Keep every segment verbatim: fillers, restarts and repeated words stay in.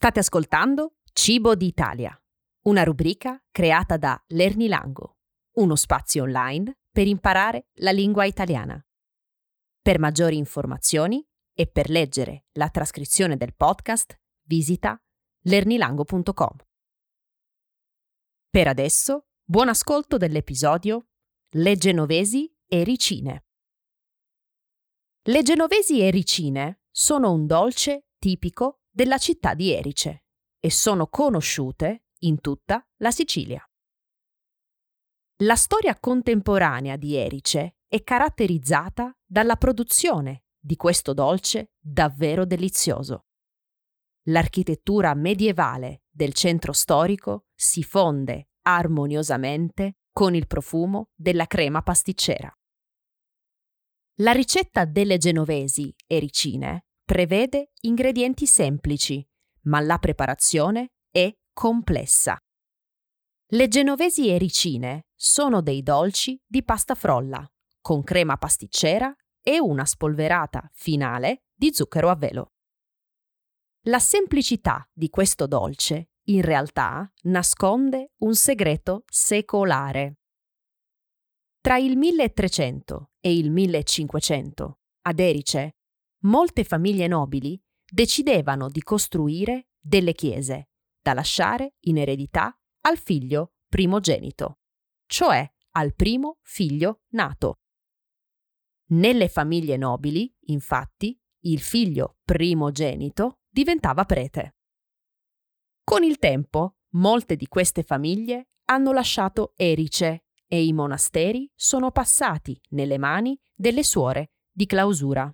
State ascoltando Cibo d'Italia, una rubrica creata da Lernilango, uno spazio online per imparare la lingua italiana. Per maggiori informazioni e per leggere la trascrizione del podcast, visita lernilango punto com. Per adesso, buon ascolto dell'episodio Le genovesi e ricine. Le genovesi e ricine sono un dolce tipico della città di Erice e sono conosciute in tutta la Sicilia. La storia contemporanea di Erice è caratterizzata dalla produzione di questo dolce davvero delizioso. L'architettura medievale del centro storico si fonde armoniosamente con il profumo della crema pasticcera. La ricetta delle genovesi e ricine prevede ingredienti semplici, ma la preparazione è complessa. Le genovesi e ricine sono dei dolci di pasta frolla, con crema pasticcera e una spolverata finale di zucchero a velo. La semplicità di questo dolce, in realtà, nasconde un segreto secolare. Tra il milletrecento e il millecinquecento, ad Erice, molte famiglie nobili decidevano di costruire delle chiese da lasciare in eredità al figlio primogenito, cioè al primo figlio nato. Nelle famiglie nobili, infatti, il figlio primogenito diventava prete. Con il tempo, molte di queste famiglie hanno lasciato Erice e i monasteri sono passati nelle mani delle suore di clausura.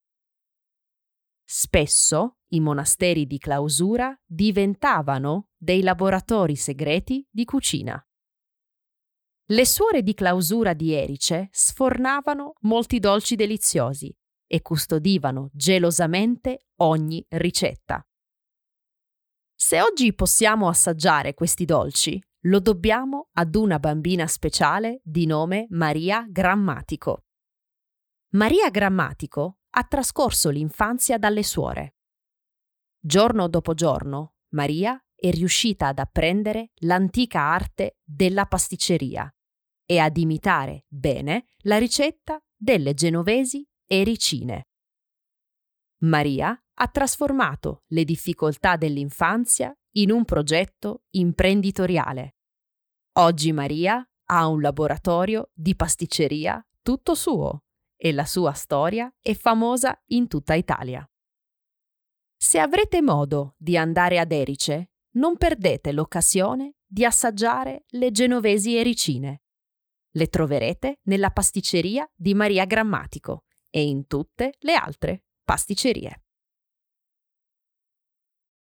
Spesso i monasteri di clausura diventavano dei laboratori segreti di cucina. Le suore di clausura di Erice sfornavano molti dolci deliziosi e custodivano gelosamente ogni ricetta. Se oggi possiamo assaggiare questi dolci, lo dobbiamo ad una bambina speciale di nome Maria Grammatico. Maria Grammatico ha trascorso l'infanzia dalle suore. Giorno dopo giorno, Maria è riuscita ad apprendere l'antica arte della pasticceria e ad imitare bene la ricetta delle genovesi e ricine. Maria ha trasformato le difficoltà dell'infanzia in un progetto imprenditoriale. Oggi Maria ha un laboratorio di pasticceria tutto suo e la sua storia è famosa in tutta Italia. Se avrete modo di andare ad Erice, non perdete l'occasione di assaggiare le genovesi e ricine. Le troverete nella pasticceria di Maria Grammatico e in tutte le altre pasticcerie.